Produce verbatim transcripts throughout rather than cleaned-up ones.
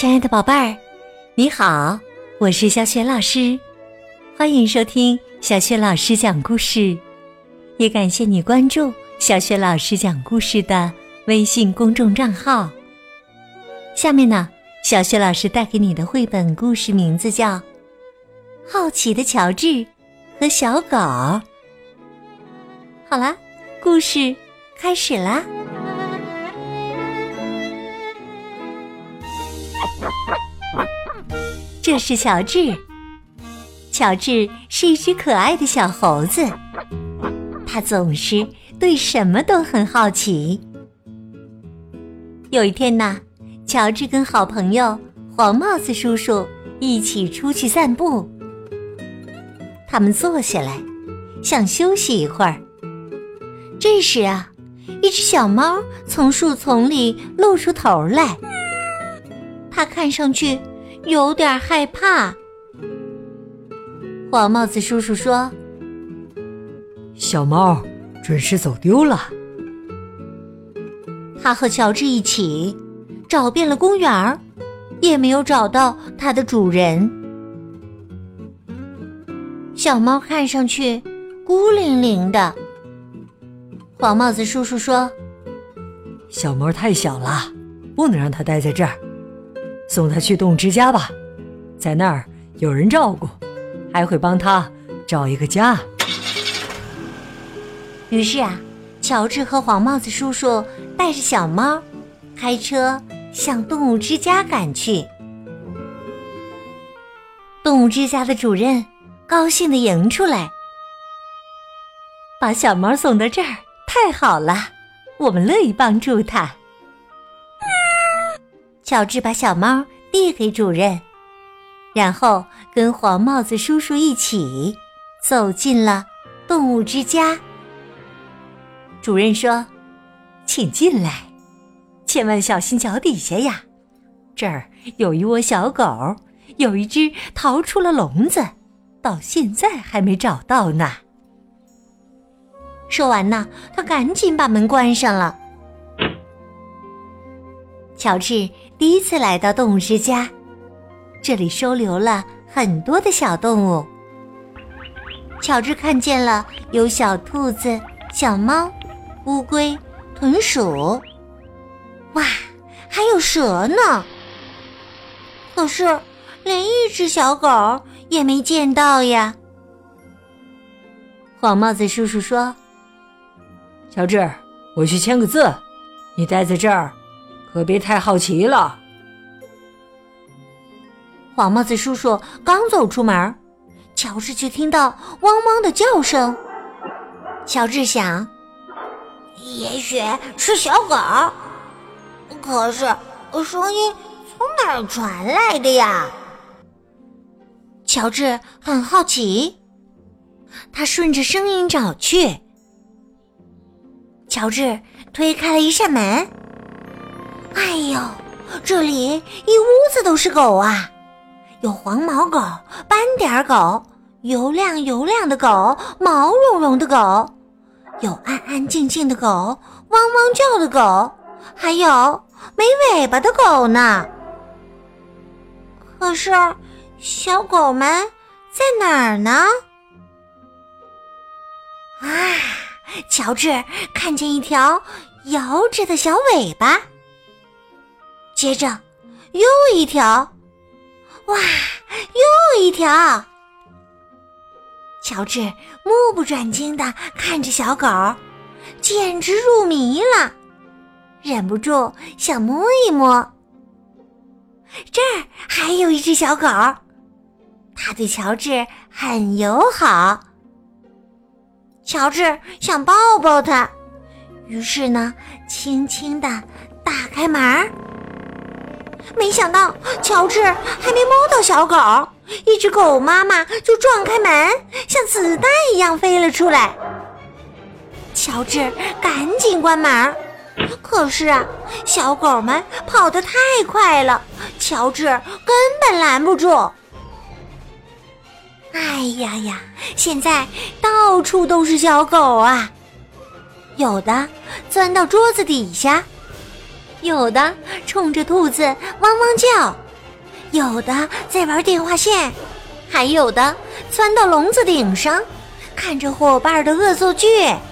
亲爱的宝贝儿，你好，我是小雪老师，欢迎收听小雪老师讲故事，也感谢你关注小雪老师讲故事的微信公众账号。下面呢，小雪老师带给你的绘本故事名字叫《好奇的乔治和小狗》。好啦，故事开始啦。这是乔治，乔治是一只可爱的小猴子，他总是对什么都很好奇。有一天呢，乔治跟好朋友黄帽子叔叔一起出去散步，他们坐下来想休息一会儿。这时啊，一只小猫从树丛里露出头来，它看上去有点害怕。黄帽子叔叔说： 小猫准是走丢了。 他和乔治一起找遍了公园，也没有找到它的主人。小猫看上去孤零零的。黄帽子叔叔说： 小猫太小了，不能让它待在这儿，送它去动物之家吧，在那儿有人照顾，还会帮它找一个家。 于是啊，乔治和黄帽子叔叔带着小猫开车向动物之家赶去。动物之家的主任高兴地迎出来：把小猫送到这儿太好了，我们乐意帮助它。乔治把小猫递给主任，然后跟黄帽子叔叔一起走进了动物之家。主任说：请进来，千万小心脚底下呀，这儿有一窝小狗，有一只逃出了笼子，到现在还没找到呢。说完呢，他赶紧把门关上了。乔治第一次来到动物之家，这里收留了很多的小动物。乔治看见了有小兔子、小猫、乌龟、豚鼠，哇，还有蛇呢。可是连一只小狗也没见到呀。黄帽子叔叔说： 乔治，我去签个字，你待在这儿可别太好奇了。 黄帽子叔叔刚走出门，乔治就听到汪汪的叫声。乔治想，也许是小狗，可是声音从哪儿传来的呀？乔治很好奇，他顺着声音找去。乔治推开了一扇门，哎呦，这里一屋子都是狗啊，有黄毛狗、斑点狗、油亮油亮的狗、毛茸茸的狗，有安安静静的狗、汪汪叫的狗，还有没尾巴的狗呢。可是小狗们在哪儿呢？啊，乔治看见一条摇着的小尾巴，接着又一条，哇，又一条。乔治目不转睛地看着小狗，简直入迷了，忍不住想摸一摸。这儿还有一只小狗，它对乔治很友好。乔治想抱抱它，于是呢，轻轻地打开门。没想到乔治还没摸到小狗，一只狗妈妈就撞开门，像子弹一样飞了出来。乔治赶紧关门，可是啊，小狗们跑得太快了，乔治根本拦不住。哎呀呀，现在到处都是小狗啊，有的钻到桌子底下，有的冲着兔子汪汪叫， 有的在玩电话线，还有的窜到笼子顶上，看着伙伴的恶作剧。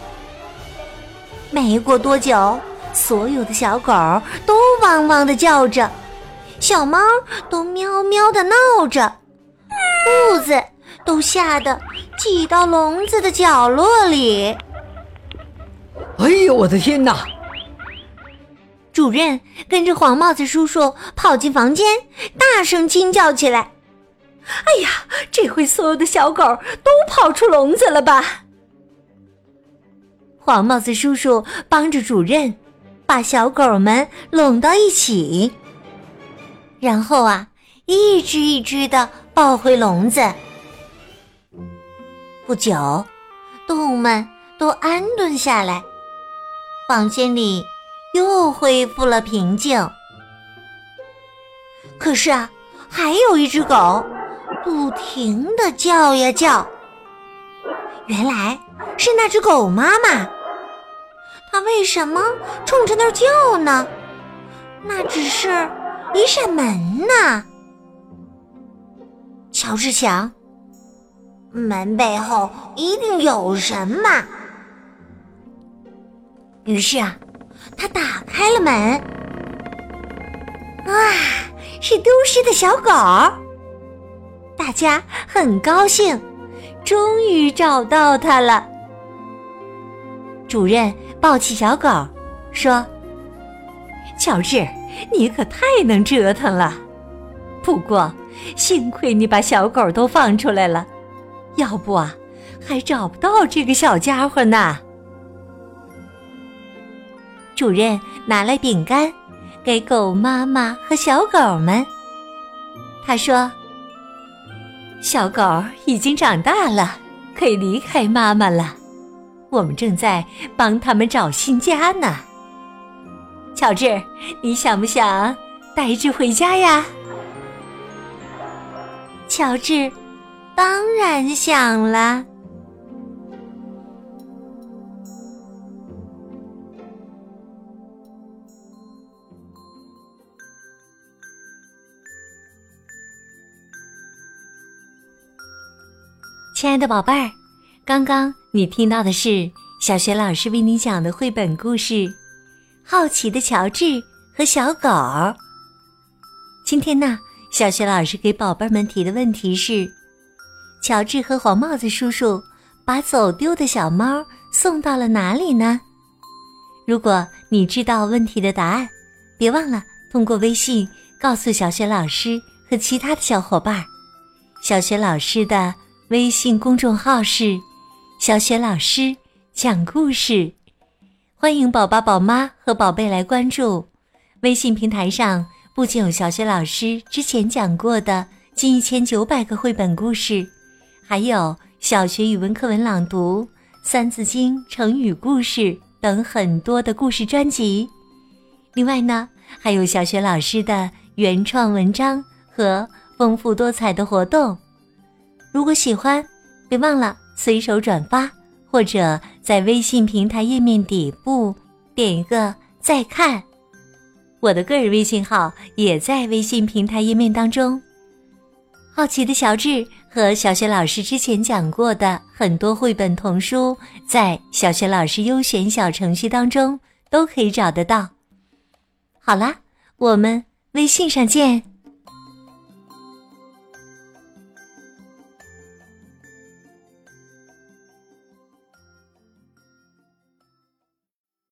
没过多久，所有的小狗都汪汪地叫着，小猫都喵喵地闹着，兔子都吓得挤到笼子的角落里。 哎呦，我的天哪！ 主任跟着黄帽子叔叔跑进房间，大声惊叫起来： 哎呀，这回所有的小狗都跑出笼子了吧？ 黄帽子叔叔帮着主任把小狗们拢到一起，然后啊，一只一只地抱回笼子。不久，动物们都安顿下来，房间里又恢复了平静。可是啊，还有一只狗不停地叫呀叫。原来是那只狗妈妈，它为什么冲着那儿叫呢？那只是一扇门呢。乔治想，门背后一定有什么。于是啊，他打开了门。哇，是丢失的小狗！大家很高兴，终于找到它了。主任抱起小狗说：乔治，你可太能折腾了，不过幸亏你把小狗都放出来了，要不啊，还找不到这个小家伙呢。主任拿来饼干给狗妈妈和小狗们，他说：小狗已经长大了，可以离开妈妈了，我们正在帮他们找新家呢。乔治，你想不想带一只回家呀？乔治当然想了。亲爱的宝贝儿，刚刚你听到的是小学老师为你讲的绘本故事《好奇的乔治和小狗》。今天呢，小学老师给宝贝们提的问题是：乔治和黄帽子叔叔把走丢的小猫送到了哪里呢？如果你知道问题的答案，别忘了通过微信告诉小学老师和其他的小伙伴。小学老师的微信公众号是小学老师讲故事，欢迎宝宝宝妈和宝贝来关注。微信平台上不仅有小学老师之前讲过的近一千九百个绘本故事，还有小学语文课文朗读、三字经、成语故事等很多的故事专辑。另外呢，还有小学老师的原创文章和丰富多彩的活动。如果喜欢，别忘了随手转发，或者在微信平台页面底部点一个再看。我的个人微信号也在微信平台页面当中。好奇的乔治和小学老师之前讲过的很多绘本童书，在小学老师优选小程序当中都可以找得到。好啦，我们微信上见。